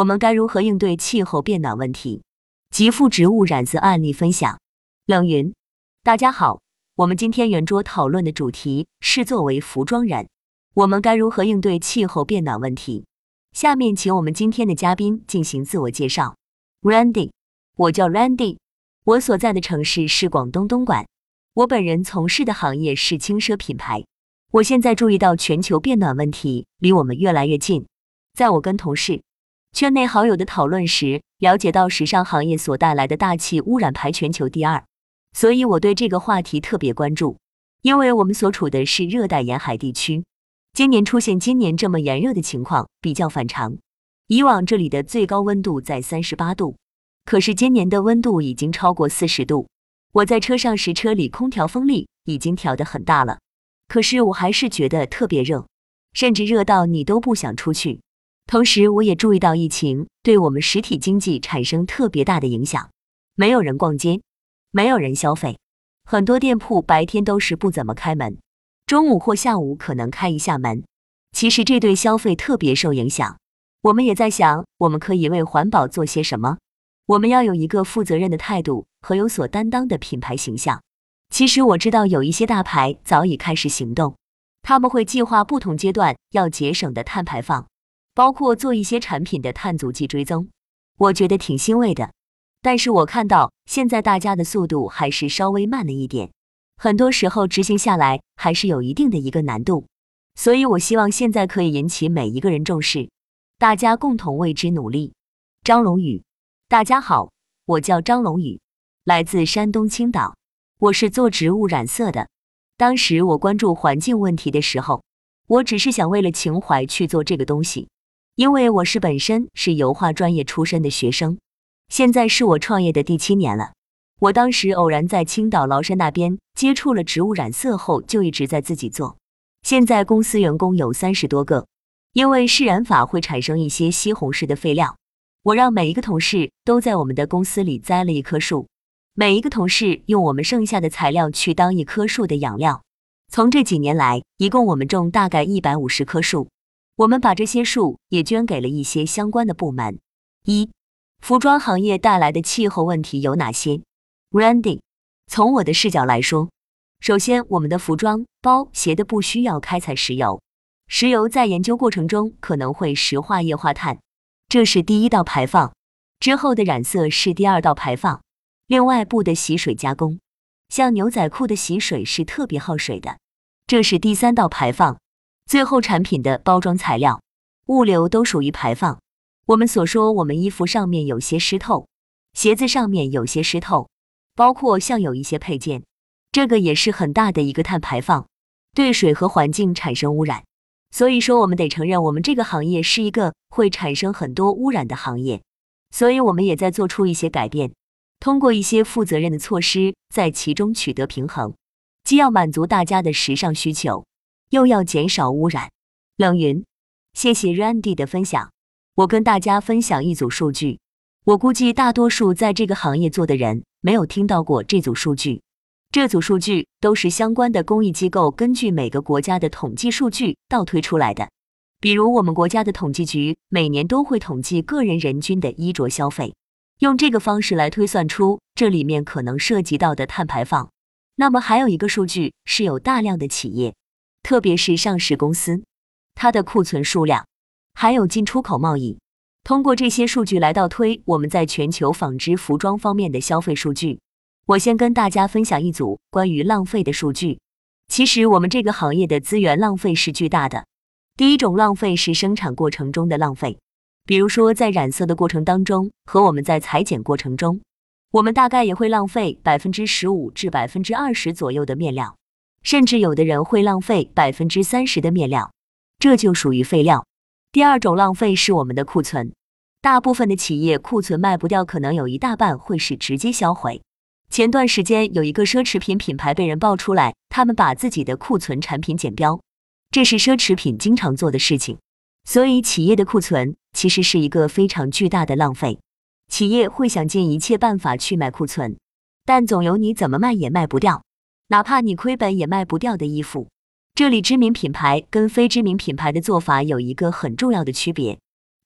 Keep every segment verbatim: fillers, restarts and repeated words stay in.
我们该如何应对气候变暖问题？极富植物染色案例分享。冷云，大家好，我们今天圆桌讨论的主题是作为服装人，我们该如何应对气候变暖问题？下面请我们今天的嘉宾进行自我介绍。Randy， 我叫 Randy， 我所在的城市是广东东莞，我本人从事的行业是轻奢品牌。我现在注意到全球变暖问题离我们越来越近，在我跟同事、圈内好友的讨论时，了解到时尚行业所带来的大气污染排全球第二，所以我对这个话题特别关注。因为我们所处的是热带沿海地区，今年出现今年这么炎热的情况比较反常，以往这里的最高温度在三十八度，可是今年的温度已经超过四十度。我在车上时，车里空调风力已经调得很大了，可是我还是觉得特别热，甚至热到你都不想出去。同时我也注意到疫情对我们实体经济产生特别大的影响，没有人逛街，没有人消费，很多店铺白天都是不怎么开门，中午或下午可能开一下门。其实这对消费特别受影响。我们也在想，我们可以为环保做些什么？我们要有一个负责任的态度和有所担当的品牌形象。其实我知道有一些大牌早已开始行动，他们会计划不同阶段要节省的碳排放，包括做一些产品的碳足迹追踪，我觉得挺欣慰的。但是我看到现在大家的速度还是稍微慢了一点，很多时候执行下来还是有一定的一个难度，所以我希望现在可以引起每一个人重视，大家共同为之努力。张龙宇，大家好，我叫张龙宇，来自山东青岛，我是做植物染色的。当时我关注环境问题的时候，我只是想为了情怀去做这个东西，因为我是本身是油画专业出身的学生，现在是我创业的第七年了。我当时偶然在青岛崂山那边接触了植物染色后，就一直在自己做。现在公司员工有三十多个，因为释染法会产生一些西红柿的废料，我让每一个同事都在我们的公司里栽了一棵树，每一个同事用我们剩下的材料去当一棵树的养料。从这几年来，一共我们种大概一百五十棵树，我们把这些树也捐给了一些相关的部门。一、服装行业带来的气候问题有哪些？ Randy， 从我的视角来说，首先我们的服装、包、鞋的不需要开采石油，石油在研究过程中可能会石化液化碳，这是第一道排放，之后的染色是第二道排放。另外布的洗水加工，像牛仔裤的洗水是特别耗水的，这是第三道排放。最后产品的包装材料、物流都属于排放。我们所说我们衣服上面有些湿透，鞋子上面有些湿透，包括像有一些配件，这个也是很大的一个碳排放，对水和环境产生污染。所以说我们得承认，我们这个行业是一个会产生很多污染的行业，所以我们也在做出一些改变，通过一些负责任的措施在其中取得平衡，既要满足大家的时尚需求，又要减少污染。冷云，谢谢 Randy 的分享。我跟大家分享一组数据，我估计大多数在这个行业做的人没有听到过这组数据。这组数据都是相关的公益机构根据每个国家的统计数据倒推出来的。比如我们国家的统计局每年都会统计个人人均的衣着消费，用这个方式来推算出这里面可能涉及到的碳排放。那么还有一个数据是有大量的企业，特别是上市公司，它的库存数量，还有进出口贸易。通过这些数据来倒推我们在全球纺织服装方面的消费数据。我先跟大家分享一组关于浪费的数据。其实我们这个行业的资源浪费是巨大的。第一种浪费是生产过程中的浪费，比如说在染色的过程当中和我们在裁剪过程中，我们大概也会浪费 百分之十五 至 百分之二十 左右的面料，甚至有的人会浪费 百分之三十 的面料，这就属于废料。第二种浪费是我们的库存，大部分的企业库存卖不掉，可能有一大半会是直接销毁。前段时间有一个奢侈品品牌被人爆出来，他们把自己的库存产品减标，这是奢侈品经常做的事情。所以企业的库存其实是一个非常巨大的浪费，企业会想尽一切办法去买库存，但总有你怎么卖也卖不掉，哪怕你亏本也卖不掉的衣服。这里知名品牌跟非知名品牌的做法有一个很重要的区别，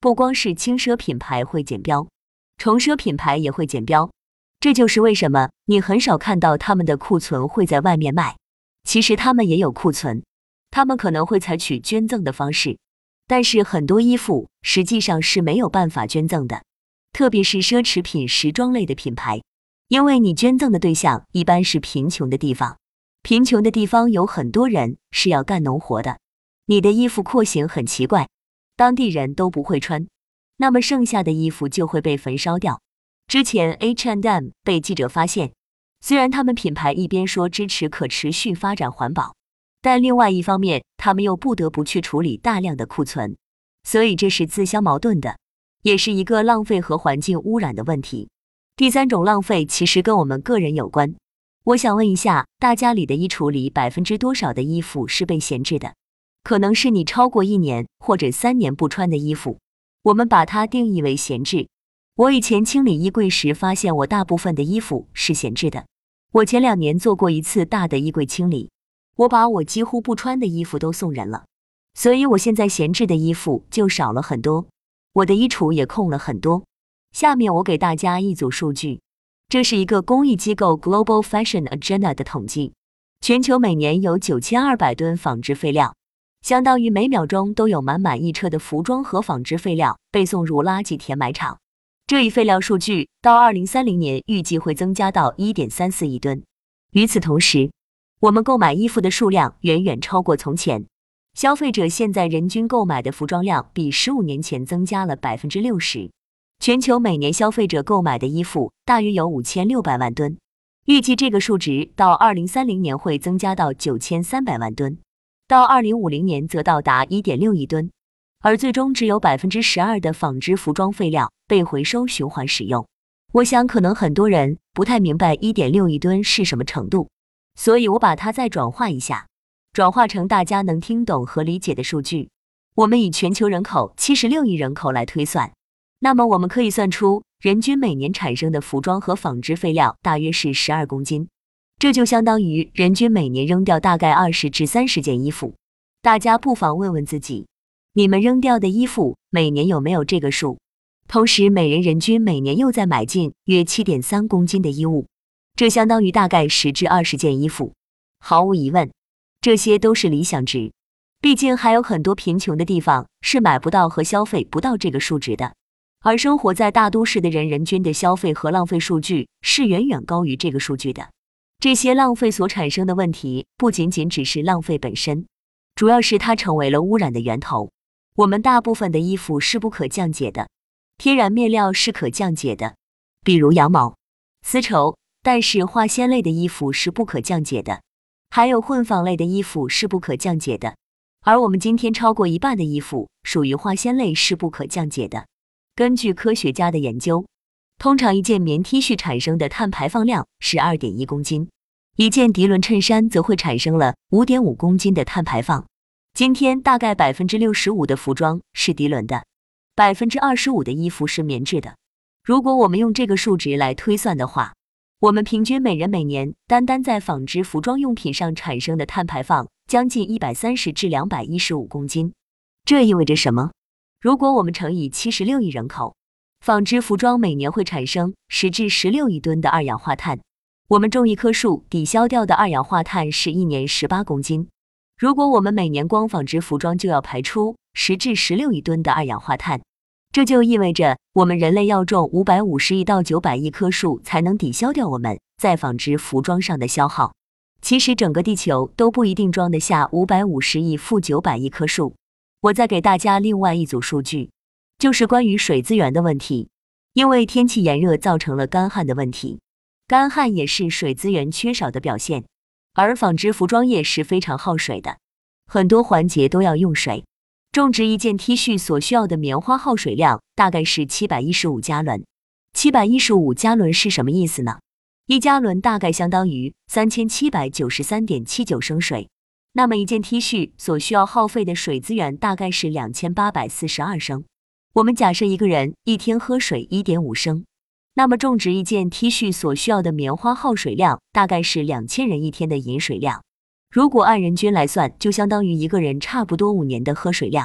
不光是轻奢品牌会减标，重奢品牌也会减标。这就是为什么你很少看到他们的库存会在外面卖。其实他们也有库存，他们可能会采取捐赠的方式，但是很多衣服实际上是没有办法捐赠的，特别是奢侈品时装类的品牌，因为你捐赠的对象一般是贫穷的地方，贫穷的地方有很多人是要干农活的，你的衣服廓形很奇怪，当地人都不会穿，那么剩下的衣服就会被焚烧掉。之前 H and M 被记者发现，虽然他们品牌一边说支持可持续发展环保，但另外一方面他们又不得不去处理大量的库存，所以这是自相矛盾的，也是一个浪费和环境污染的问题。第三种浪费其实跟我们个人有关，我想问一下，大家里的衣橱里百分之多少的衣服是被闲置的？可能是你超过一年或者三年不穿的衣服，我们把它定义为闲置。我以前清理衣柜时发现我大部分的衣服是闲置的。我前两年做过一次大的衣柜清理，我把我几乎不穿的衣服都送人了，所以我现在闲置的衣服就少了很多，我的衣橱也空了很多。下面我给大家一组数据，这是一个公益机构 Global Fashion Agenda 的统计，全球每年有九千二百吨纺织废料，相当于每秒钟都有满满一车的服装和纺织废料被送入垃圾填埋场。这一废料数据到二零三零年预计会增加到 一点三四亿吨。与此同时，我们购买衣服的数量远远超过从前，消费者现在人均购买的服装量比十五年前增加了 百分之六十。全球每年消费者购买的衣服大约有五千六百万吨，预计这个数值到二零三零年会增加到九千三百万吨，到二零五零年则到达 一点六亿吨。而最终只有 百分之十二 的纺织服装废料被回收循环使用。我想可能很多人不太明白 一点六亿吨是什么程度，所以我把它再转化一下，转化成大家能听懂和理解的数据。我们以全球人口七十六亿人口来推算，那么我们可以算出人均每年产生的服装和纺织废料大约是十二公斤，这就相当于人均每年扔掉大概二十至三十件衣服。大家不妨问问自己，你们扔掉的衣服每年有没有这个数？同时每人人均每年又在买进约 七点三公斤的衣物，这相当于大概十至二十件衣服。毫无疑问，这些都是理想值，毕竟还有很多贫穷的地方是买不到和消费不到这个数值的，而生活在大都市的人人均的消费和浪费数据是远远高于这个数据的。这些浪费所产生的问题不仅仅只是浪费本身，主要是它成为了污染的源头。我们大部分的衣服是不可降解的，天然面料是可降解的，比如羊毛、丝绸，但是化纤类的衣服是不可降解的，还有混纺类的衣服是不可降解的。而我们今天超过一半的衣服属于化纤类是不可降解的。根据科学家的研究，通常一件棉 T 恤产生的碳排放量是 二点一公斤，一件涤纶衬衫则会产生了 五点五公斤的碳排放。今天大概 百分之六十五 的服装是涤纶的， 百分之二十五 的衣服是棉质的。如果我们用这个数值来推算的话，我们平均每人每年单单在纺织服装用品上产生的碳排放将近一百三十至两百一十五公斤。这意味着什么？如果我们乘以七十六亿人口，纺织服装每年会产生十至十六亿吨的二氧化碳，我们种一棵树抵消掉的二氧化碳是一年十八公斤。如果我们每年光纺织服装就要排出十至十六亿吨的二氧化碳，这就意味着我们人类要种五百五十亿到九百亿棵树才能抵消掉我们在纺织服装上的消耗。其实整个地球都不一定装得下五百五十亿负九百亿棵树。我再给大家另外一组数据，就是关于水资源的问题。因为天气炎热造成了干旱的问题，干旱也是水资源缺少的表现。而纺织服装业是非常耗水的，很多环节都要用水。种植一件 T 恤所需要的棉花耗水量大概是七百一十五加仑。七百一十五加仑是什么意思呢？一加仑大概相当于 三千七百九十三点七九 升水。那么一件 T 恤所需要耗费的水资源大概是两千八百四十二升。我们假设一个人一天喝水 一点五 升，那么种植一件 T 恤所需要的棉花耗水量大概是两千人一天的饮水量。如果按人均来算，就相当于一个人差不多五年的喝水量。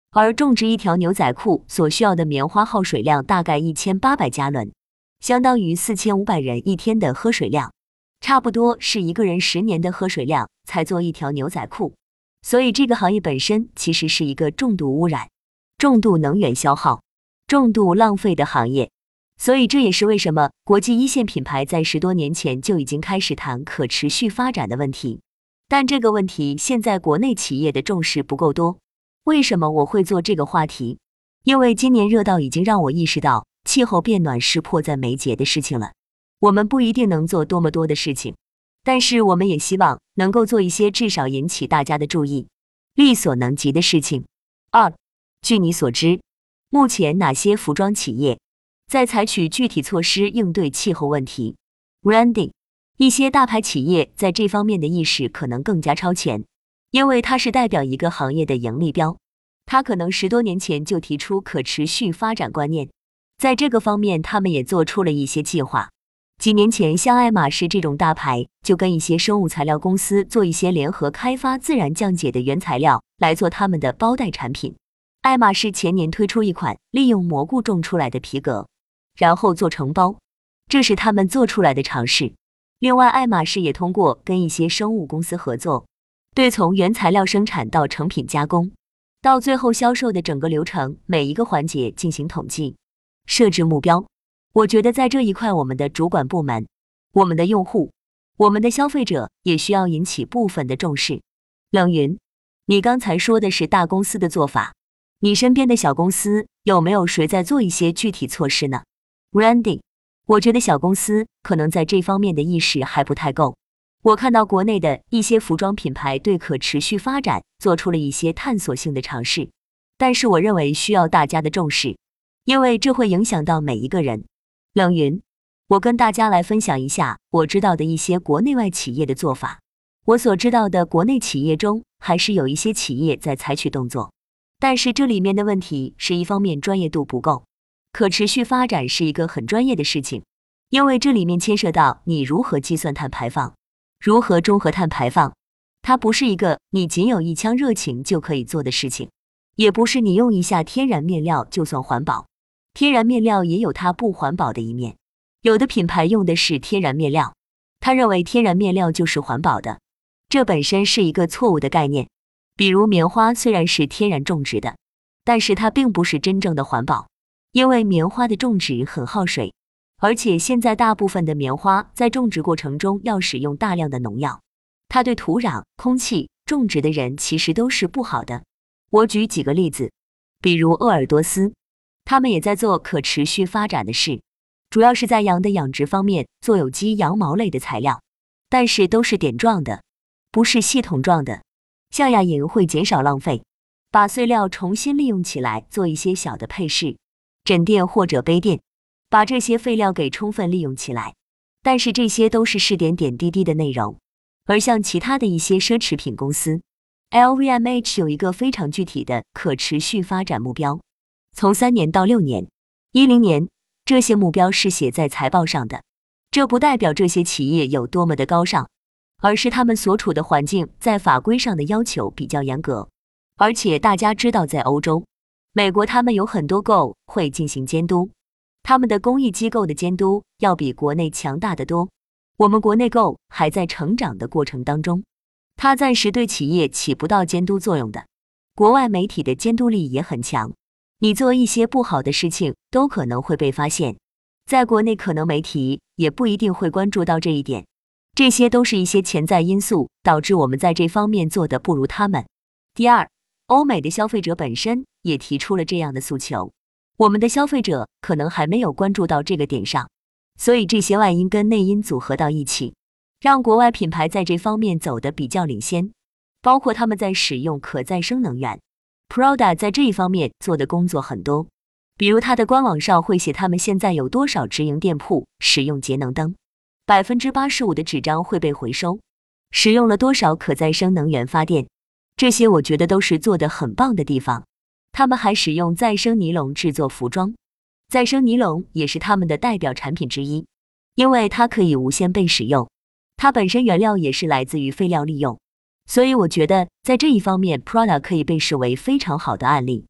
而种植一条牛仔裤所需要的棉花耗水量大概一千八百加仑，相当于四千五百人一天的喝水量，差不多是一个人十年的喝水量才做一条牛仔裤。所以这个行业本身其实是一个重度污染、重度能源消耗、重度浪费的行业。所以这也是为什么国际一线品牌在十多年前就已经开始谈可持续发展的问题。但这个问题现在国内企业的重视不够多。为什么我会做这个话题？因为今年热到已经让我意识到气候变暖是迫在眉睫的事情了。我们不一定能做多么多的事情，但是我们也希望能够做一些至少引起大家的注意、力所能及的事情。二，据你所知，目前哪些服装企业在采取具体措施应对气候问题 ？Branding， 一些大牌企业在这方面的意识可能更加超前，因为它是代表一个行业的盈利标。它可能十多年前就提出可持续发展观念，在这个方面他们也做出了一些计划。几年前，像爱马仕这种大牌就跟一些生物材料公司做一些联合开发自然降解的原材料来做他们的包袋产品。爱马仕前年推出一款利用蘑菇种出来的皮革，然后做成包，这是他们做出来的尝试。另外，爱马仕也通过跟一些生物公司合作，对从原材料生产到成品加工，到最后销售的整个流程每一个环节进行统计，设置目标。我觉得在这一块，我们的主管部门、我们的用户、我们的消费者也需要引起部分的重视。冷云，你刚才说的是大公司的做法，你身边的小公司有没有谁在做一些具体措施呢？ Randy， 我觉得小公司可能在这方面的意识还不太够。我看到国内的一些服装品牌对可持续发展做出了一些探索性的尝试，但是我认为需要大家的重视，因为这会影响到每一个人。冷云，我跟大家来分享一下我知道的一些国内外企业的做法。我所知道的国内企业中，还是有一些企业在采取动作，但是这里面的问题是一方面专业度不够。可持续发展是一个很专业的事情，因为这里面牵涉到你如何计算碳排放，如何中和碳排放。它不是一个你仅有一腔热情就可以做的事情，也不是你用一下天然面料就算环保。天然面料也有它不环保的一面，有的品牌用的是天然面料，他认为天然面料就是环保的，这本身是一个错误的概念。比如棉花虽然是天然种植的，但是它并不是真正的环保，因为棉花的种植很耗水，而且现在大部分的棉花在种植过程中要使用大量的农药，它对土壤、空气、种植的人其实都是不好的。我举几个例子，比如鄂尔多斯，他们也在做可持续发展的事，主要是在羊的养殖方面做有机羊毛类的材料，但是都是点状的，不是系统状的。象牙银会减少浪费，把碎料重新利用起来做一些小的配饰、枕垫或者杯垫，把这些废料给充分利用起来。但是这些都是是点点滴滴的内容。而像其他的一些奢侈品公司 ，L V M H 有一个非常具体的可持续发展目标，从三年到六年、一零年，这些目标是写在财报上的。这不代表这些企业有多么的高尚，而是他们所处的环境在法规上的要求比较严格。而且大家知道，在欧洲、美国，他们有很多 G O 会进行监督，他们的公益机构的监督要比国内强大得多。我们国内 G O 还在成长的过程当中，它暂时对企业起不到监督作用的。国外媒体的监督力也很强，你做一些不好的事情都可能会被发现，在国内可能媒体也不一定会关注到这一点。这些都是一些潜在因素，导致我们在这方面做的不如他们。第二，欧美的消费者本身也提出了这样的诉求，我们的消费者可能还没有关注到这个点上，所以这些外因跟内因组合到一起，让国外品牌在这方面走得比较领先，包括他们在使用可再生能源。Prada 在这一方面做的工作很多，比如它的官网上会写他们现在有多少直营店铺使用节能灯， 百分之八十五 的纸张会被回收，使用了多少可再生能源发电，这些我觉得都是做得很棒的地方。他们还使用再生尼龙制作服装，再生尼龙也是他们的代表产品之一，因为它可以无限被使用，它本身原料也是来自于废料利用，所以我觉得在这一方面 Prada 可以被视为非常好的案例。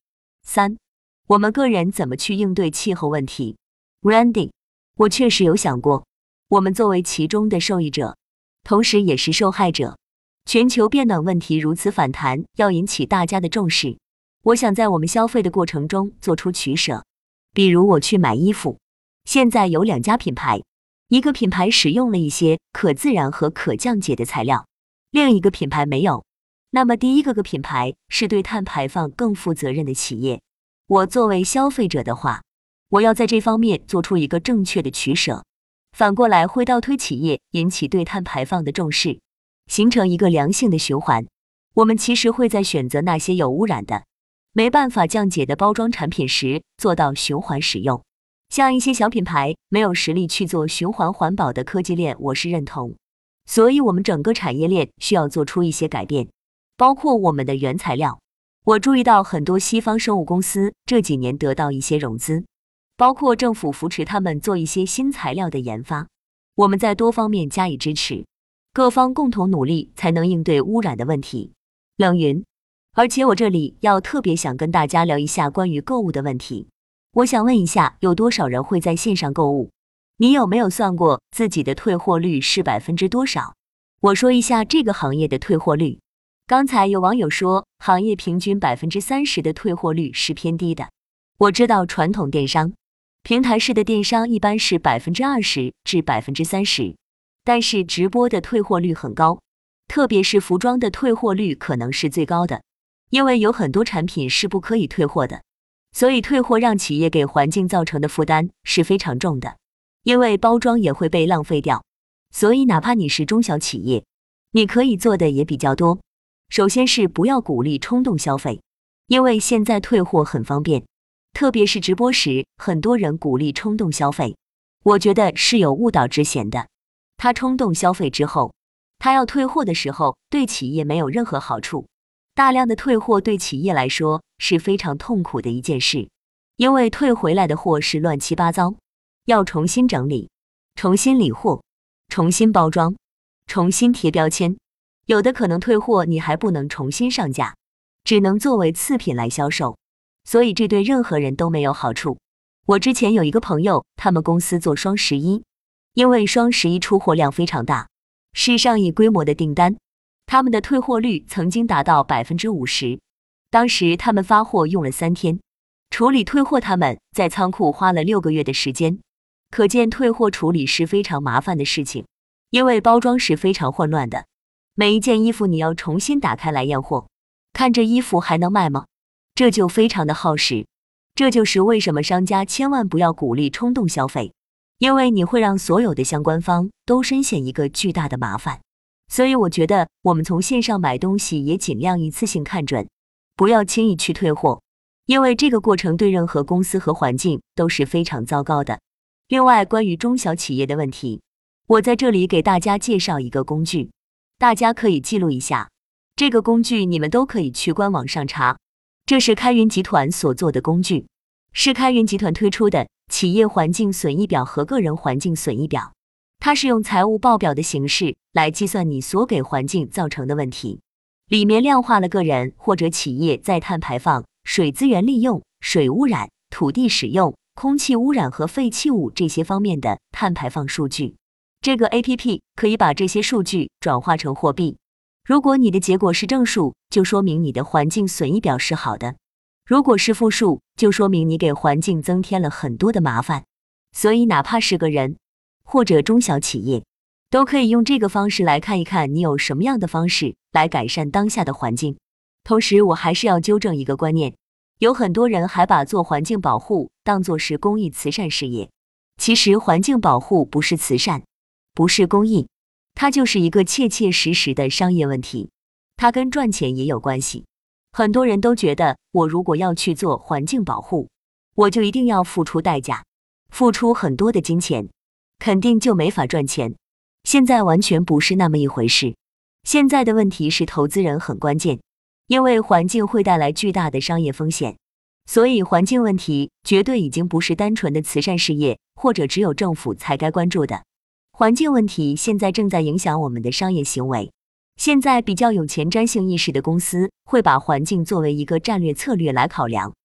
三、我们个人怎么去应对气候问题 ？Randy， 我确实有想过，我们作为其中的受益者，同时也是受害者。全球变暖问题如此反弹，要引起大家的重视。我想在我们消费的过程中做出取舍，比如我去买衣服，现在有两家品牌，一个品牌使用了一些可自燃和可降解的材料，另一个品牌没有。那么第一个个品牌是对碳排放更负责任的企业。我作为消费者的话，我要在这方面做出一个正确的取舍，反过来会倒推企业，引起对碳排放的重视，形成一个良性的循环。我们其实会在选择那些有污染的、没办法降解的包装产品时做到循环使用。像一些小品牌没有实力去做循环环保的科技链，我是认同。所以我们整个产业链需要做出一些改变，包括我们的原材料。我注意到很多西方生物公司这几年得到一些融资，包括政府扶持他们做一些新材料的研发。我们在多方面加以支持，各方共同努力才能应对污染的问题。冷云，而且我这里要特别想跟大家聊一下关于购物的问题。我想问一下，有多少人会在线上购物？你有没有算过自己的退货率是百分之多少？我说一下这个行业的退货率。刚才有网友说，行业平均百分之三十的退货率是偏低的。我知道传统电商、平台式的电商一般是百分之二十至百分之三十，但是直播的退货率很高，特别是服装的退货率可能是最高的，因为有很多产品是不可以退货的，所以退货让企业给环境造成的负担是非常重的，因为包装也会被浪费掉。所以哪怕你是中小企业，你可以做的也比较多。首先是不要鼓励冲动消费，因为现在退货很方便，特别是直播时，很多人鼓励冲动消费，我觉得是有误导之嫌的。他冲动消费之后，他要退货的时候，对企业没有任何好处。大量的退货对企业来说是非常痛苦的一件事，因为退回来的货是乱七八糟，要重新整理、重新理货、重新包装、重新贴标签。有的可能退货你还不能重新上架，只能作为次品来销售，所以这对任何人都没有好处。我之前有一个朋友，他们公司做双十一，因为双十一出货量非常大，是上亿规模的订单，他们的退货率曾经达到 百分之五十。 当时他们发货用了三天，处理退货他们在仓库花了六个月的时间，可见退货处理是非常麻烦的事情，因为包装是非常混乱的，每一件衣服你要重新打开来验货，看这衣服还能卖吗？这就非常的耗时。这就是为什么商家千万不要鼓励冲动消费，因为你会让所有的相关方都深陷一个巨大的麻烦。所以我觉得我们从线上买东西也尽量一次性看准，不要轻易去退货，因为这个过程对任何公司和环境都是非常糟糕的。另外，关于中小企业的问题，我在这里给大家介绍一个工具，大家可以记录一下，这个工具你们都可以去官网上查，这是开云集团所做的工具，是开云集团推出的企业环境损益表和个人环境损益表，它是用财务报表的形式来计算你所给环境造成的问题，里面量化了个人或者企业在碳排放、水资源利用、水污染、土地使用、空气污染和废弃物这些方面的碳排放数据。这个 A P P 可以把这些数据转化成货币，如果你的结果是正数，就说明你的环境损益表是好的，如果是负数，就说明你给环境增添了很多的麻烦。所以哪怕是个人或者中小企业，都可以用这个方式来看一看你有什么样的方式来改善当下的环境。同时我还是要纠正一个观念，有很多人还把做环境保护当作是公益慈善事业，其实环境保护不是慈善，不是公益，它就是一个切切实实的商业问题，它跟赚钱也有关系。很多人都觉得我如果要去做环境保护，我就一定要付出代价，付出很多的金钱，肯定就没法赚钱。现在完全不是那么一回事。现在的问题是投资人很关键，因为环境会带来巨大的商业风险，所以环境问题绝对已经不是单纯的慈善事业，或者只有政府才该关注的。环境问题现在正在影响我们的商业行为。现在比较有前瞻性意识的公司会把环境作为一个战略策略来考量，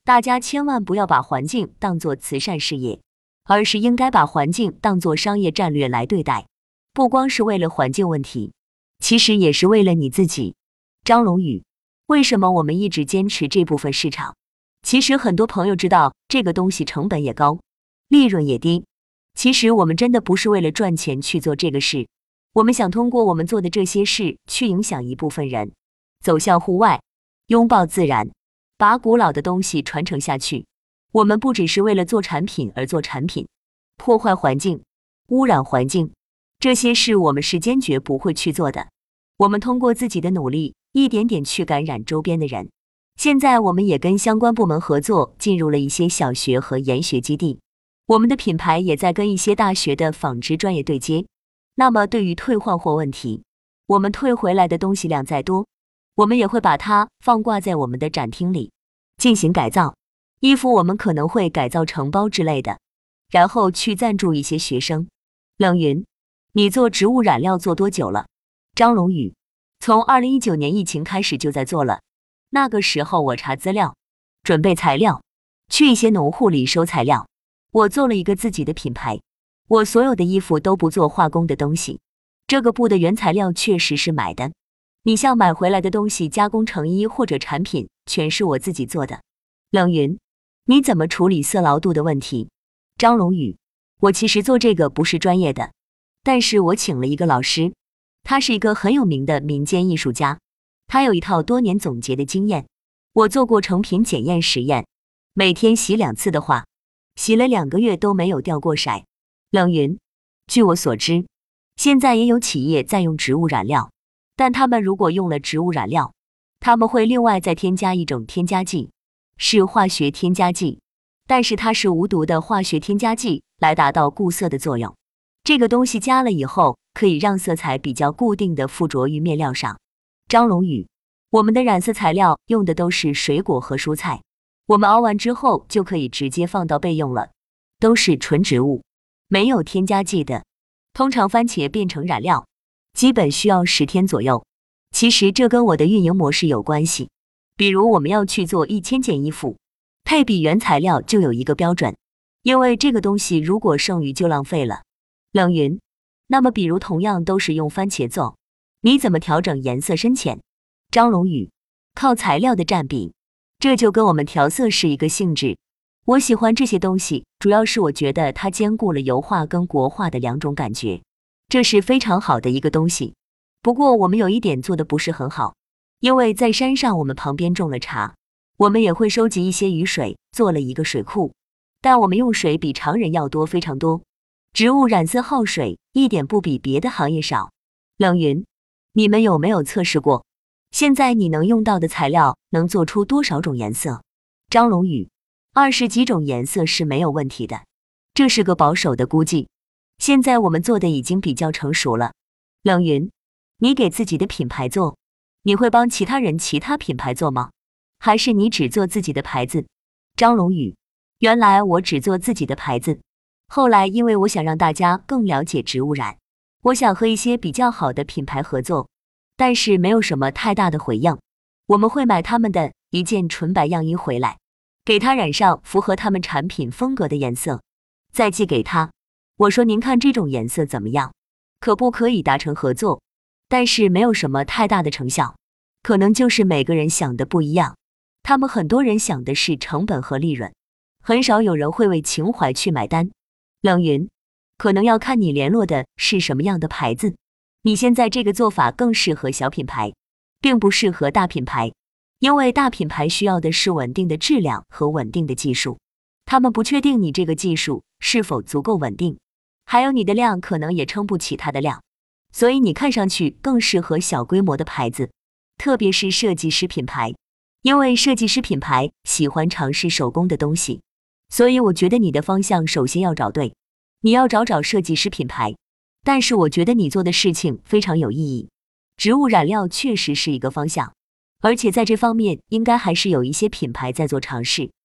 大家千万不要把环境当作慈善事业，而是应该把环境当作商业战略来对待，不光是为了环境问题，其实也是为了你自己。张龙宇，为什么我们一直坚持这部分市场？其实很多朋友知道这个东西成本也高，利润也低。其实我们真的不是为了赚钱去做这个事，我们想通过我们做的这些事去影响一部分人，走向户外，拥抱自然，把古老的东西传承下去。我们不只是为了做产品而做产品，破坏环境、污染环境，这些事我们是坚决不会去做的。我们通过自己的努力，一点点去感染周边的人。现在我们也跟相关部门合作，进入了一些小学和研学基地，我们的品牌也在跟一些大学的纺织专业对接。那么对于退换货问题，我们退回来的东西量再多，我们也会把它放挂在我们的展厅里进行改造。衣服我们可能会改造成包之类的，然后去赞助一些学生。冷云，你做植物染料做多久了？张龙宇，从二零一九年疫情开始就在做了。那个时候我查资料，准备材料，去一些农户里收材料。我做了一个自己的品牌，我所有的衣服都不做化工的东西。这个布的原材料确实是买的，你像买回来的东西加工成衣或者产品，全是我自己做的。冷云，你怎么处理色牢度的问题？张龙宇，我其实做这个不是专业的，但是我请了一个老师，他是一个很有名的民间艺术家，他有一套多年总结的经验。我做过成品检验实验，每天洗两次的话，洗了两个月都没有掉过色。冷云，据我所知，现在也有企业在用植物染料，但他们如果用了植物染料，他们会另外再添加一种添加剂，是化学添加剂，但是它是无毒的化学添加剂，来达到固色的作用。这个东西加了以后，可以让色彩比较固定的附着于面料上。张龙宇，我们的染色材料用的都是水果和蔬菜，我们熬完之后就可以直接放到备用了，都是纯植物，没有添加剂的。通常番茄变成染料，基本需要十天左右。其实这跟我的运营模式有关系，比如我们要去做一千件衣服，配比原材料就有一个标准，因为这个东西如果剩余就浪费了。冷云，那么比如同样都是用番茄做，你怎么调整颜色深浅？张龙宇，靠材料的占比，这就跟我们调色是一个性质。我喜欢这些东西，主要是我觉得它兼顾了油画跟国画的两种感觉，这是非常好的一个东西。不过我们有一点做的不是很好，因为在山上我们旁边种了茶，我们也会收集一些雨水，做了一个水库，但我们用水比常人要多非常多，植物染色耗水一点不比别的行业少。冷云，你们有没有测试过，现在你能用到的材料能做出多少种颜色？张龙宇，二十几种颜色是没有问题的，这是个保守的估计，现在我们做的已经比较成熟了。冷云，你给自己的品牌做，你会帮其他人其他品牌做吗？还是你只做自己的牌子？张龙宇，原来我只做自己的牌子，后来因为我想让大家更了解植物染，我想和一些比较好的品牌合作，但是没有什么太大的回应。我们会买他们的一件纯白样衣回来，给他染上符合他们产品风格的颜色，再寄给他。我说您看这种颜色怎么样？可不可以达成合作？但是没有什么太大的成效，可能就是每个人想的不一样。他们很多人想的是成本和利润，很少有人会为情怀去买单。冷云，可能要看你联络的是什么样的牌子。你现在这个做法更适合小品牌，并不适合大品牌，因为大品牌需要的是稳定的质量和稳定的技术，他们不确定你这个技术是否足够稳定，还有你的量可能也撑不起它的量，所以你看上去更适合小规模的牌子，特别是设计师品牌，因为设计师品牌喜欢尝试手工的东西，所以我觉得你的方向首先要找对，你要找找设计师品牌。但是我觉得你做的事情非常有意义，植物染料确实是一个方向，而且在这方面应该还是有一些品牌在做尝试。